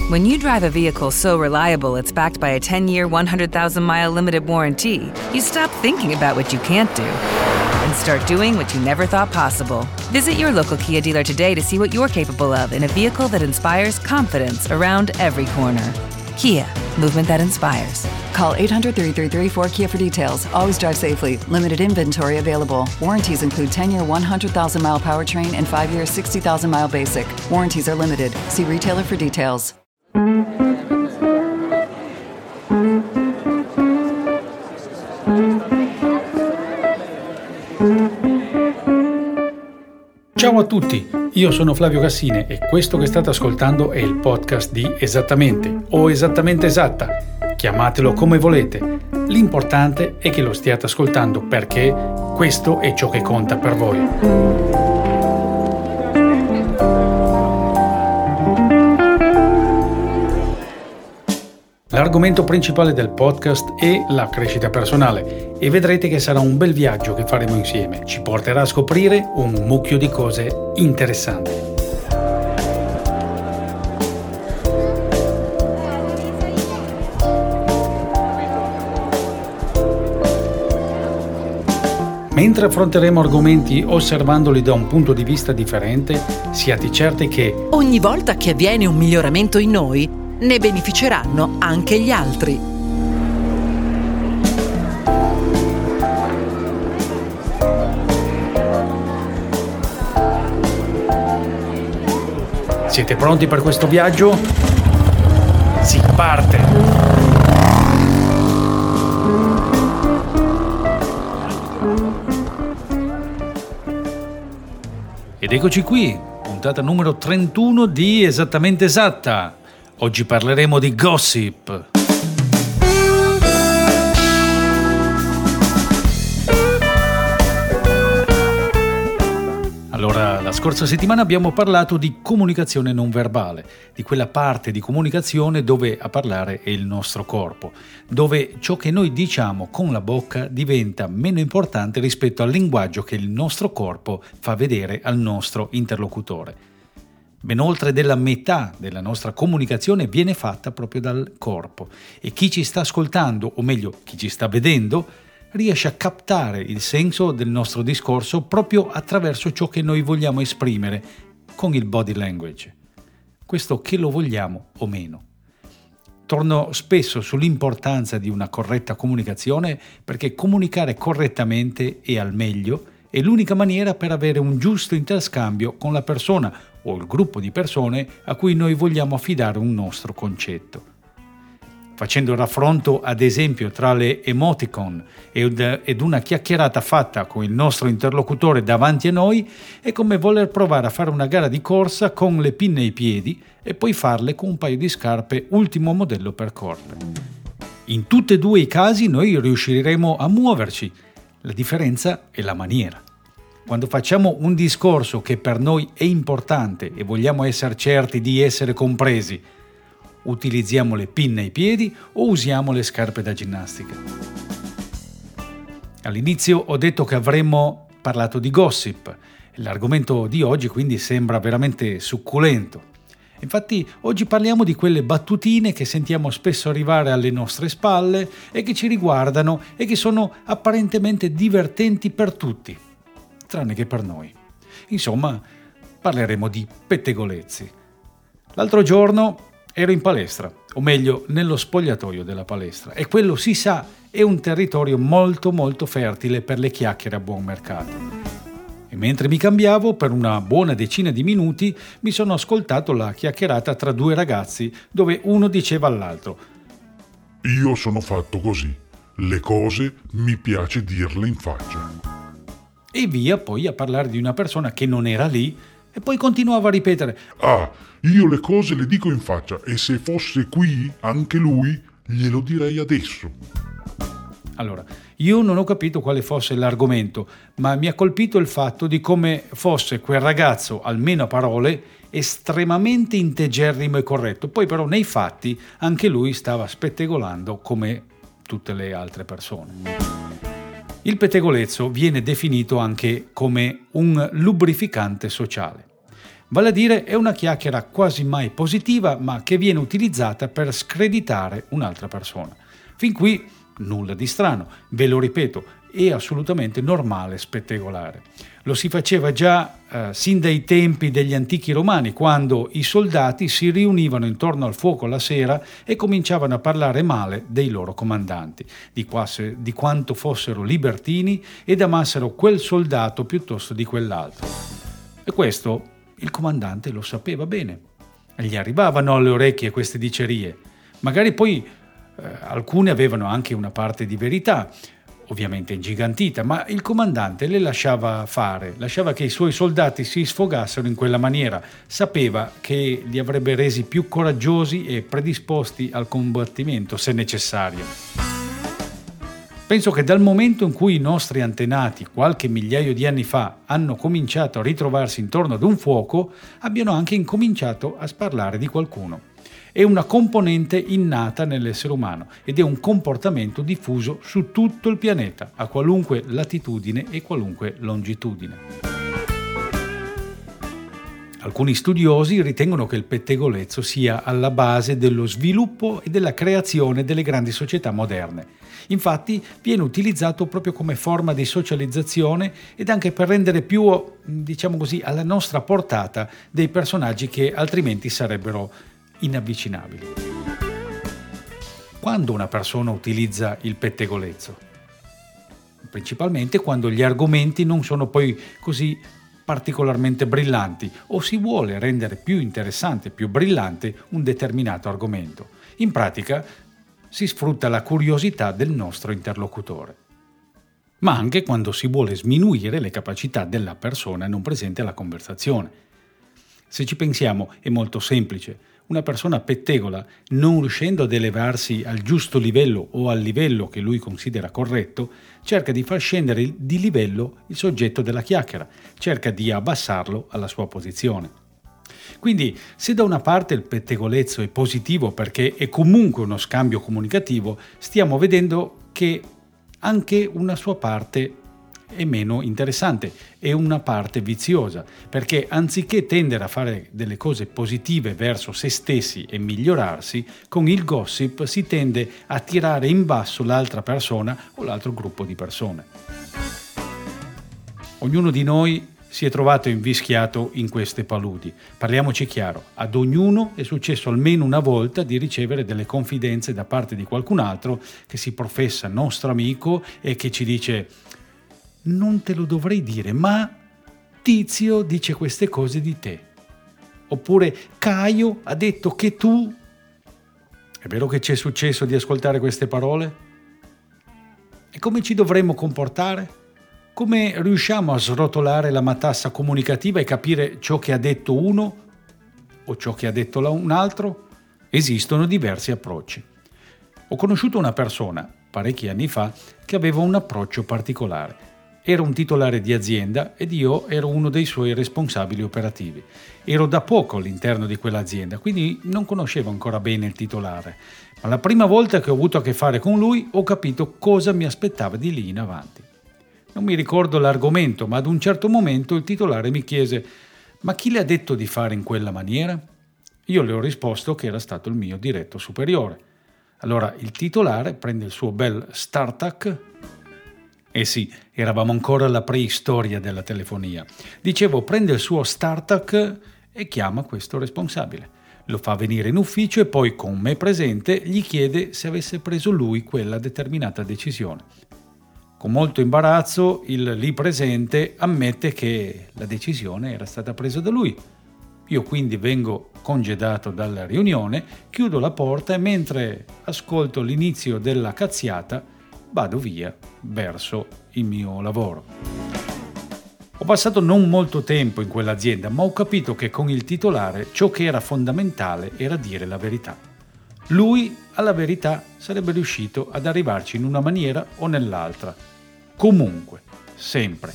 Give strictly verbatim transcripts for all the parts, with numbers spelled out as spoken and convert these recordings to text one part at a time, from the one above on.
When you drive a vehicle so reliable it's backed by a ten-year, one hundred thousand mile limited warranty, you stop thinking about what you can't do and start doing what you never thought possible. Visit your local Kia dealer today to see what you're capable of in a vehicle that inspires confidence around every corner. Kia, movement that inspires. Call eight hundred, three three three, four Kia for details. Always drive safely. Limited inventory available. Warranties include ten-year, one hundred thousand mile powertrain and five-year, sixty thousand mile basic. Warranties are limited. See retailer for details. Ciao a tutti, io sono Flavio Cassine e questo che state ascoltando è il podcast di Esattamente o Esattamente Esatta. Chiamatelo come volete. L'importante è che lo stiate ascoltando perché questo è ciò che conta per voi. L'argomento principale del podcast è la crescita personale e vedrete che sarà un bel viaggio che faremo insieme. Ci porterà a scoprire un mucchio di cose interessanti. Mentre affronteremo argomenti osservandoli da un punto di vista differente, siate certi che ogni volta che avviene un miglioramento in noi, ne beneficeranno anche gli altri. Siete pronti per questo viaggio? Si parte! Ed eccoci qui, puntata numero trentuno di Esattamente Esatta. Oggi parleremo di gossip. Allora, la scorsa settimana abbiamo parlato di comunicazione non verbale, di quella parte di comunicazione dove a parlare è il nostro corpo, dove ciò che noi diciamo con la bocca diventa meno importante rispetto al linguaggio che il nostro corpo fa vedere al nostro interlocutore. Ben oltre della metà della nostra comunicazione viene fatta proprio dal corpo e chi ci sta ascoltando, o meglio chi ci sta vedendo, riesce a captare il senso del nostro discorso proprio attraverso ciò che noi vogliamo esprimere con il body language. Questo che lo vogliamo o meno. Torno spesso sull'importanza di una corretta comunicazione perché comunicare correttamente e al meglio è l'unica maniera per avere un giusto interscambio con la persona o il gruppo di persone a cui noi vogliamo affidare un nostro concetto. Facendo il raffronto ad esempio tra le emoticon ed una chiacchierata fatta con il nostro interlocutore davanti a noi è come voler provare a fare una gara di corsa con le pinne ai piedi e poi farle con un paio di scarpe ultimo modello per correre. In tutti e due i casi noi riusciremo a muoverci, la differenza è la maniera. Quando facciamo un discorso che per noi è importante e vogliamo essere certi di essere compresi, utilizziamo le pinne ai piedi o usiamo le scarpe da ginnastica? All'inizio ho detto che avremmo parlato di gossip. L'argomento di oggi quindi sembra veramente succulento. Infatti oggi parliamo di quelle battutine che sentiamo spesso arrivare alle nostre spalle e che ci riguardano e che sono apparentemente divertenti per tutti, tranne che per noi. Insomma, parleremo di pettegolezzi. L'altro giorno ero in palestra, o meglio nello spogliatoio della palestra, e quello si sa è un territorio molto molto fertile per le chiacchiere a buon mercato. E mentre mi cambiavo, per una buona decina di minuti, mi sono ascoltato la chiacchierata tra due ragazzi, dove uno diceva all'altro: io sono fatto così, le cose mi piace dirle in faccia. E via poi a parlare di una persona che non era lì, e poi continuava a ripetere: ah, io le cose le dico in faccia e se fosse qui anche lui glielo direi adesso. Allora, io non ho capito quale fosse l'argomento, ma mi ha colpito il fatto di come fosse quel ragazzo, almeno a parole, estremamente integerrimo e corretto. Poi però nei fatti anche lui stava spettegolando come tutte le altre persone. Il pettegolezzo viene definito anche come un lubrificante sociale. Vale a dire, è una chiacchiera quasi mai positiva, ma che viene utilizzata per screditare un'altra persona. Fin qui nulla di strano, ve lo ripeto, è assolutamente normale spettegolare. Lo si faceva già eh, sin dai tempi degli antichi romani, quando i soldati si riunivano intorno al fuoco la sera e cominciavano a parlare male dei loro comandanti, di, quasse, di quanto fossero libertini ed amassero quel soldato piuttosto di quell'altro. E questo il comandante lo sapeva bene. Gli arrivavano alle orecchie queste dicerie. Magari poi eh, alcune avevano anche una parte di verità, ovviamente ingigantita, ma il comandante le lasciava fare, lasciava che i suoi soldati si sfogassero in quella maniera. Sapeva che li avrebbe resi più coraggiosi e predisposti al combattimento se necessario. Penso che dal momento in cui i nostri antenati, qualche migliaio di anni fa, hanno cominciato a ritrovarsi intorno ad un fuoco, abbiano anche incominciato a sparlare di qualcuno. È una componente innata nell'essere umano ed è un comportamento diffuso su tutto il pianeta, a qualunque latitudine e qualunque longitudine. Alcuni studiosi ritengono che il pettegolezzo sia alla base dello sviluppo e della creazione delle grandi società moderne. Infatti viene utilizzato proprio come forma di socializzazione ed anche per rendere più, diciamo così, alla nostra portata dei personaggi che altrimenti sarebbero inavvicinabili. Quando una persona utilizza il pettegolezzo? Principalmente quando gli argomenti non sono poi così particolarmente brillanti o si vuole rendere più interessante, più brillante un determinato argomento. In pratica si sfrutta la curiosità del nostro interlocutore, ma anche quando si vuole sminuire le capacità della persona non presente alla conversazione. Se ci pensiamo è molto semplice. Una persona pettegola, non riuscendo ad elevarsi al giusto livello o al livello che lui considera corretto, cerca di far scendere di livello il soggetto della chiacchiera, cerca di abbassarlo alla sua posizione. Quindi, se da una parte il pettegolezzo è positivo perché è comunque uno scambio comunicativo, stiamo vedendo che anche una sua parte è meno interessante, è una parte viziosa, perché anziché tendere a fare delle cose positive verso se stessi e migliorarsi, con il gossip si tende a tirare in basso l'altra persona o l'altro gruppo di persone. Ognuno di noi si è trovato invischiato in queste paludi. Parliamoci chiaro, ad ognuno è successo almeno una volta di ricevere delle confidenze da parte di qualcun altro che si professa nostro amico e che ci dice: non te lo dovrei dire, ma Tizio dice queste cose di te. Oppure Caio ha detto che tu... È vero che ci è successo di ascoltare queste parole? E come ci dovremmo comportare? Come riusciamo a srotolare la matassa comunicativa e capire ciò che ha detto uno o ciò che ha detto un altro? Esistono diversi approcci. Ho conosciuto una persona, parecchi anni fa, che aveva un approccio particolare. Era un titolare di azienda ed io ero uno dei suoi responsabili operativi. Ero da poco all'interno di quell'azienda, quindi non conoscevo ancora bene il titolare. Ma la prima volta che ho avuto a che fare con lui ho capito cosa mi aspettava di lì in avanti. Non mi ricordo l'argomento, ma ad un certo momento il titolare mi chiese: ma chi le ha detto di fare in quella maniera? Io le ho risposto che era stato il mio diretto superiore. Allora il titolare prende il suo bel StarTAC. Eh sì, eravamo ancora alla preistoria della telefonia. Dicevo, prende il suo StarTAC e chiama questo responsabile. Lo fa venire in ufficio e poi, con me presente, gli chiede se avesse preso lui quella determinata decisione. Con molto imbarazzo, il lì presente ammette che la decisione era stata presa da lui. Io quindi vengo congedato dalla riunione, chiudo la porta e mentre ascolto l'inizio della cazziata vado via verso il mio lavoro. Ho passato non molto tempo in quell'azienda, ma ho capito che con il titolare ciò che era fondamentale era dire la verità. Lui alla verità sarebbe riuscito ad arrivarci in una maniera o nell'altra. Comunque, sempre.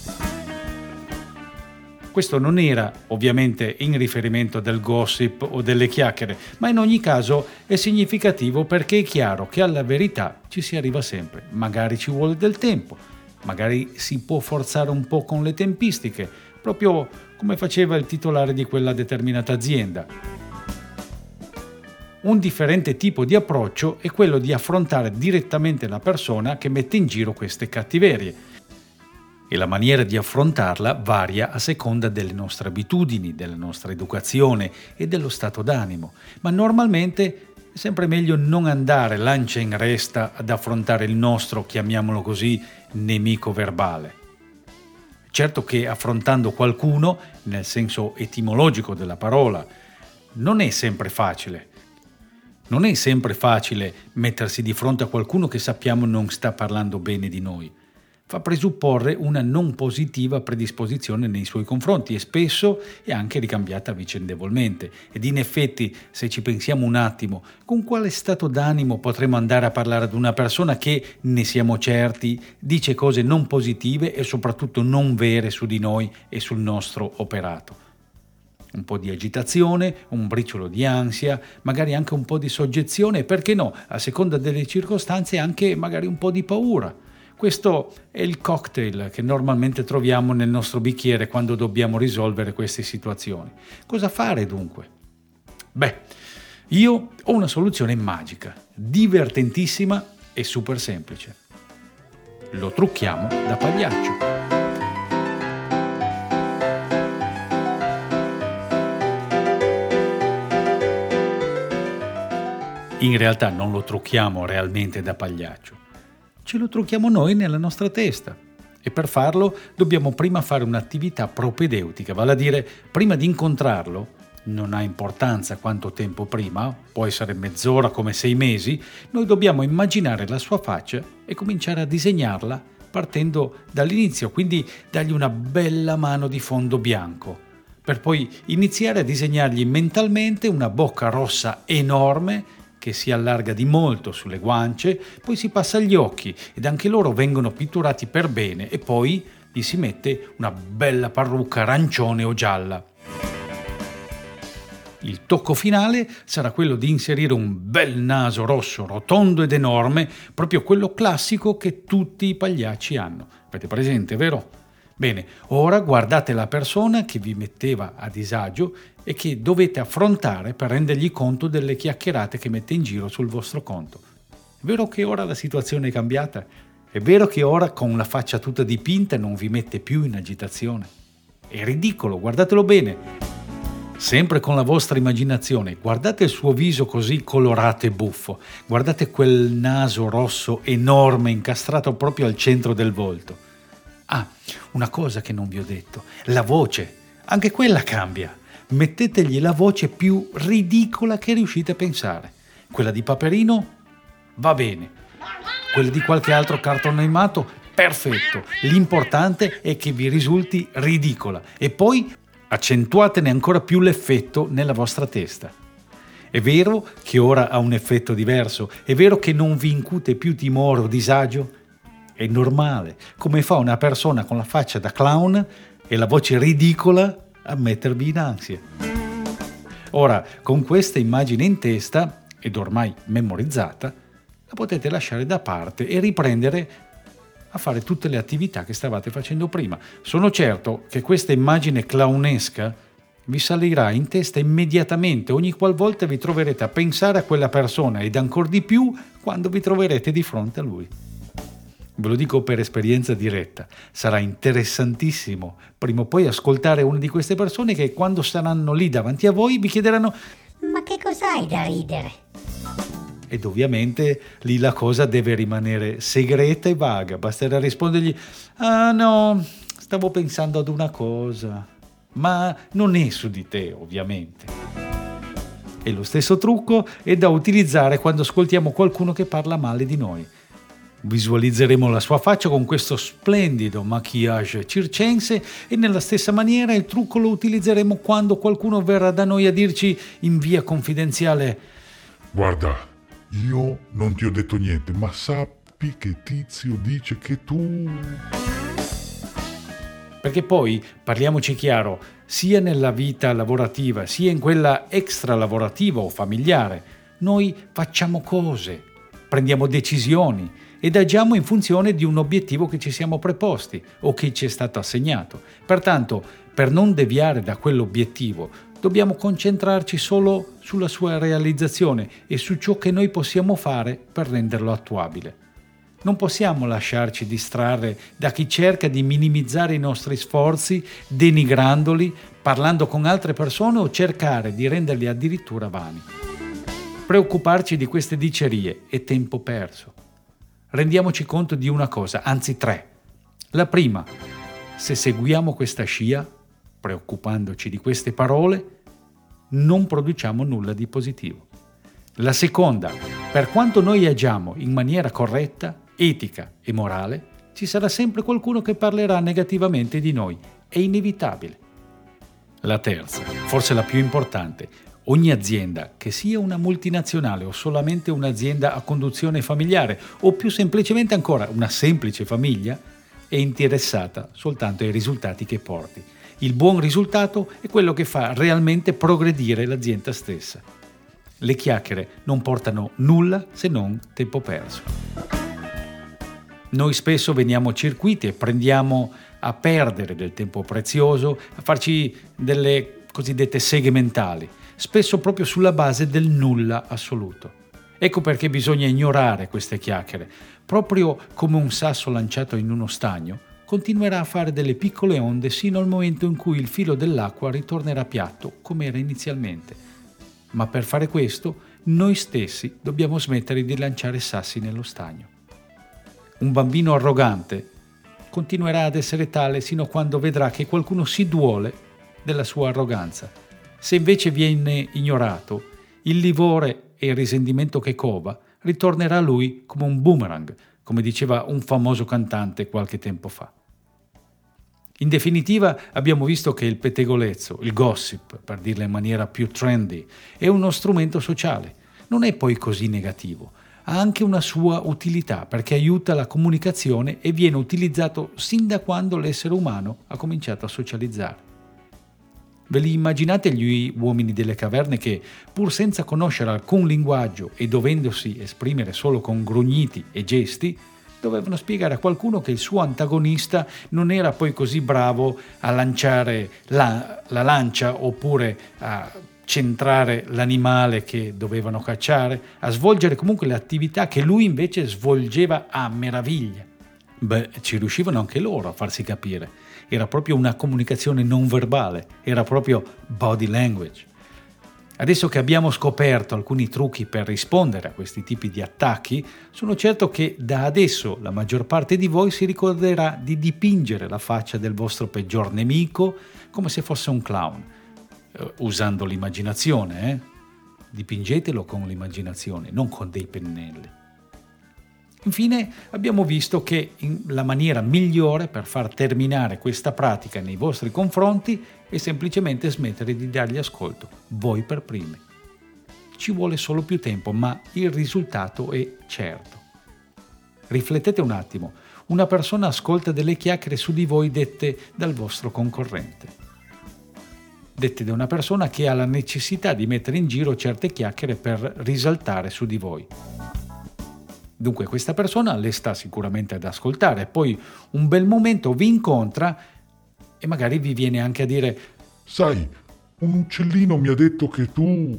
Questo non era ovviamente in riferimento del gossip o delle chiacchiere, ma in ogni caso è significativo perché è chiaro che alla verità ci si arriva sempre. Magari ci vuole del tempo, magari si può forzare un po' con le tempistiche, proprio come faceva il titolare di quella determinata azienda. Un differente tipo di approccio è quello di affrontare direttamente la persona che mette in giro queste cattiverie. E la maniera di affrontarla varia a seconda delle nostre abitudini, della nostra educazione e dello stato d'animo, ma normalmente è sempre meglio non andare lancia in resta ad affrontare il nostro, chiamiamolo così, nemico verbale. Certo che affrontando qualcuno, nel senso etimologico della parola, non è sempre facile. Non è sempre facile mettersi di fronte a qualcuno che sappiamo non sta parlando bene di noi. Fa presupporre una non positiva predisposizione nei suoi confronti e spesso è anche ricambiata vicendevolmente. Ed in effetti, se ci pensiamo un attimo, con quale stato d'animo potremmo andare a parlare ad una persona che, ne siamo certi, dice cose non positive e soprattutto non vere su di noi e sul nostro operato? Un po' di agitazione, un briciolo di ansia, magari anche un po' di soggezione e, perché no, a seconda delle circostanze, anche magari un po' di paura. Questo è il cocktail che normalmente troviamo nel nostro bicchiere quando dobbiamo risolvere queste situazioni. Cosa fare dunque? Beh, io ho una soluzione magica, divertentissima e super semplice. Lo trucchiamo da pagliaccio. In realtà non lo trucchiamo realmente da pagliaccio. Ce lo trucchiamo noi nella nostra testa e per farlo dobbiamo prima fare un'attività propedeutica, vale a dire prima di incontrarlo, non ha importanza quanto tempo prima, può essere mezz'ora come sei mesi, noi dobbiamo immaginare la sua faccia e cominciare a disegnarla partendo dall'inizio, quindi dargli una bella mano di fondo bianco, per poi iniziare a disegnargli mentalmente una bocca rossa enorme che si allarga di molto sulle guance, poi si passa agli occhi ed anche loro vengono pitturati per bene e poi gli si mette una bella parrucca arancione o gialla. Il tocco finale sarà quello di inserire un bel naso rosso, rotondo ed enorme, proprio quello classico che tutti i pagliacci hanno. Avete presente, vero? Bene, ora guardate la persona che vi metteva a disagio e che dovete affrontare per rendergli conto delle chiacchierate che mette in giro sul vostro conto. È vero che ora la situazione è cambiata? È vero che ora con la faccia tutta dipinta non vi mette più in agitazione? È ridicolo, guardatelo bene. Sempre con la vostra immaginazione, guardate il suo viso così colorato e buffo, guardate quel naso rosso enorme incastrato proprio al centro del volto. Ah, una cosa che non vi ho detto, la voce, anche quella cambia. Mettetegli la voce più ridicola che riuscite a pensare. Quella di Paperino va bene, quella di qualche altro cartone animato perfetto. L'importante è che vi risulti ridicola e poi accentuatene ancora più l'effetto nella vostra testa. È vero che ora ha un effetto diverso, è vero che non vi incute più timore o disagio. È normale, come fa una persona con la faccia da clown e la voce ridicola a mettervi in ansia. Ora, con questa immagine in testa, ed ormai memorizzata, la potete lasciare da parte e riprendere a fare tutte le attività che stavate facendo prima. Sono certo che questa immagine clownesca vi salirà in testa immediatamente ogni qualvolta vi troverete a pensare a quella persona ed ancor di più quando vi troverete di fronte a lui. Ve lo dico per esperienza diretta, sarà interessantissimo prima o poi ascoltare una di queste persone che quando saranno lì davanti a voi vi chiederanno «Ma che cos'hai da ridere?» Ed ovviamente lì la cosa deve rimanere segreta e vaga, basterà rispondergli «Ah no, stavo pensando ad una cosa», ma non è su di te ovviamente. E lo stesso trucco è da utilizzare quando ascoltiamo qualcuno che parla male di noi. Visualizzeremo la sua faccia con questo splendido maquillage circense e nella stessa maniera il trucco lo utilizzeremo quando qualcuno verrà da noi a dirci in via confidenziale «Guarda, io non ti ho detto niente, ma sappi che Tizio dice che tu...» Perché poi, parliamoci chiaro, sia nella vita lavorativa sia in quella extra lavorativa o familiare, noi facciamo cose. prendiamo decisioni ed agiamo in funzione di un obiettivo che ci siamo preposti o che ci è stato assegnato. Pertanto, per non deviare da quell'obiettivo, dobbiamo concentrarci solo sulla sua realizzazione e su ciò che noi possiamo fare per renderlo attuabile. Non possiamo lasciarci distrarre da chi cerca di minimizzare i nostri sforzi, denigrandoli, parlando con altre persone o cercare di renderli addirittura vani. Preoccuparci di queste dicerie è tempo perso. Rendiamoci conto di una cosa, anzi tre. La prima, se seguiamo questa scia, preoccupandoci di queste parole, non produciamo nulla di positivo. La seconda, per quanto noi agiamo in maniera corretta, etica e morale, ci sarà sempre qualcuno che parlerà negativamente di noi. È inevitabile. La terza, forse la più importante, ogni azienda, che sia una multinazionale o solamente un'azienda a conduzione familiare o più semplicemente ancora una semplice famiglia, è interessata soltanto ai risultati che porti. Il buon risultato è quello che fa realmente progredire l'azienda stessa. Le chiacchiere non portano nulla se non tempo perso. Noi spesso veniamo circuiti e prendiamo a perdere del tempo prezioso, a farci delle cosiddette seghe mentali, spesso proprio sulla base del nulla assoluto. Ecco perché bisogna ignorare queste chiacchiere. Proprio come un sasso lanciato in uno stagno, continuerà a fare delle piccole onde sino al momento in cui il filo dell'acqua ritornerà piatto come era inizialmente. Ma per fare questo, noi stessi dobbiamo smettere di lanciare sassi nello stagno. Un bambino arrogante continuerà ad essere tale sino a quando vedrà che qualcuno si duole della sua arroganza. Se invece viene ignorato, il livore e il risentimento che cova ritornerà a lui come un boomerang, come diceva un famoso cantante qualche tempo fa. In definitiva, abbiamo visto che il pettegolezzo, il gossip, per dirla in maniera più trendy, è uno strumento sociale. Non è poi così negativo. Ha anche una sua utilità perché aiuta la comunicazione e viene utilizzato sin da quando l'essere umano ha cominciato a socializzare. Ve li immaginate gli uomini delle caverne che, pur senza conoscere alcun linguaggio e dovendosi esprimere solo con grugniti e gesti, dovevano spiegare a qualcuno che il suo antagonista non era poi così bravo a lanciare la, la lancia oppure a centrare l'animale che dovevano cacciare, a svolgere comunque le attività che lui invece svolgeva a meraviglia. Beh, ci riuscivano anche loro a farsi capire. Era proprio una comunicazione non verbale, era proprio body language. Adesso che abbiamo scoperto alcuni trucchi per rispondere a questi tipi di attacchi, sono certo che da adesso la maggior parte di voi si ricorderà di dipingere la faccia del vostro peggior nemico come se fosse un clown, eh, usando l'immaginazione. Eh? Dipingetelo con l'immaginazione, non con dei pennelli. Infine abbiamo visto che la maniera migliore per far terminare questa pratica nei vostri confronti è semplicemente smettere di dargli ascolto, voi per primi. Ci vuole solo più tempo, ma il risultato è certo. Riflettete un attimo, una persona ascolta delle chiacchiere su di voi dette dal vostro concorrente. Dette da una persona che ha la necessità di mettere in giro certe chiacchiere per risaltare su di voi. Dunque questa persona le sta sicuramente ad ascoltare, poi un bel momento vi incontra e magari vi viene anche a dire: sai, un uccellino mi ha detto che tu...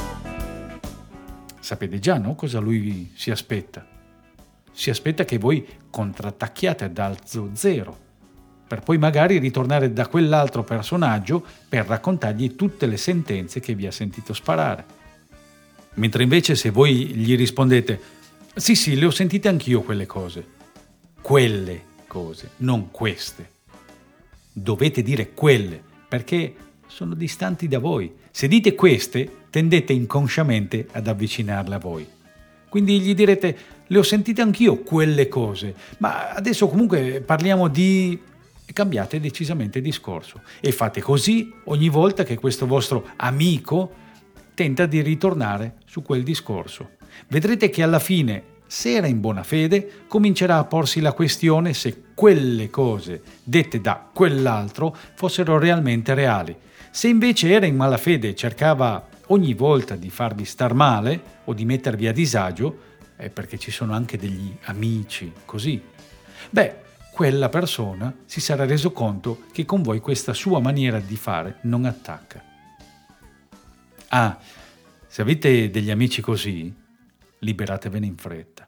Sapete già, no? Cosa lui si aspetta? Si aspetta che voi contrattacchiate ad alzo zero, per poi magari ritornare da quell'altro personaggio per raccontargli tutte le sentenze che vi ha sentito sparare. Mentre invece se voi gli rispondete: sì, sì, le ho sentite anch'io quelle cose. Quelle cose, non queste. Dovete dire quelle, perché sono distanti da voi. Se dite queste, tendete inconsciamente ad avvicinarle a voi. Quindi gli direte: le ho sentite anch'io quelle cose, ma adesso comunque parliamo di... E cambiate decisamente discorso. E fate così ogni volta che questo vostro amico tenta di ritornare su quel discorso. Vedrete che alla fine, se era in buona fede, comincerà a porsi la questione se quelle cose dette da quell'altro fossero realmente reali. Se invece era in malafede e cercava ogni volta di farvi star male o di mettervi a disagio, è perché ci sono anche degli amici così. Beh, quella persona si sarà reso conto che con voi questa sua maniera di fare non attacca. Ah, se avete degli amici così, liberatevene in fretta.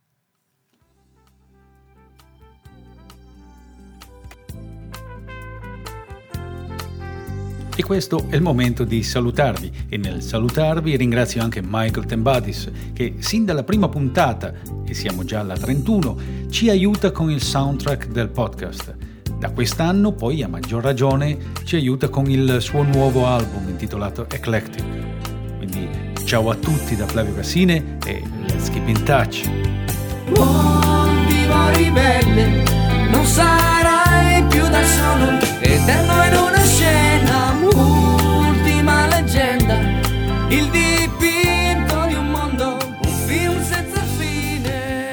E questo è il momento di salutarvi, e nel salutarvi ringrazio anche Michael Tembadis che sin dalla prima puntata, e siamo già alla trentuno, ci aiuta con il soundtrack del podcast. Da quest'anno poi a maggior ragione ci aiuta con il suo nuovo album intitolato Eclectic. Quindi ciao a tutti da Flavio Cassine e let's keep in touch. Buon vivo ribelle, non sarai più da solo, eterno in una scena, ultima leggenda, il dipinto di un mondo, un film senza fine.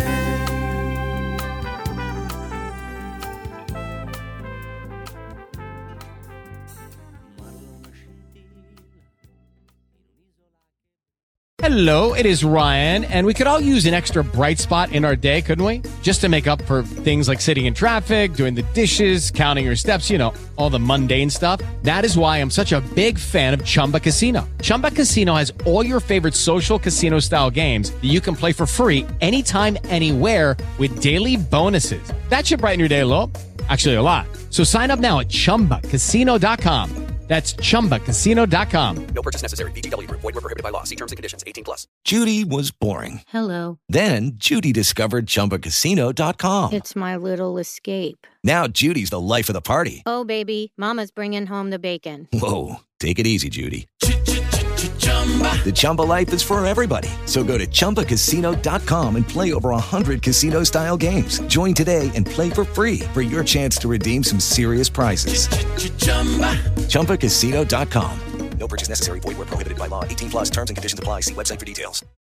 Hello, it is Ryan, and we could all use an extra bright spot in our day, couldn't we? Just to make up for things like sitting in traffic, doing the dishes, counting your steps, you know, all the mundane stuff. That is why I'm such a big fan of Chumba Casino. Chumba Casino has all your favorite social casino-style games that you can play for free anytime, anywhere with daily bonuses. That should brighten your day a little. Actually, a lot. So sign up now at chumba casino dot com. That's chumba casino dot com. No purchase necessary. V G W Group. Void where prohibited by law. See terms and conditions. eighteen plus. Judy was boring. Hello. Then Judy discovered chumba casino dot com. It's my little escape. Now Judy's the life of the party. Oh, baby, mama's bringing home the bacon. Whoa, take it easy, Judy. The Chumba life is for everybody. So go to chumba casino dot com and play over one hundred casino-style games. Join today and play for free for your chance to redeem some serious prizes. chumba casino dot com. No purchase necessary. Void where prohibited by law. eighteen plus terms and conditions apply. See website for details.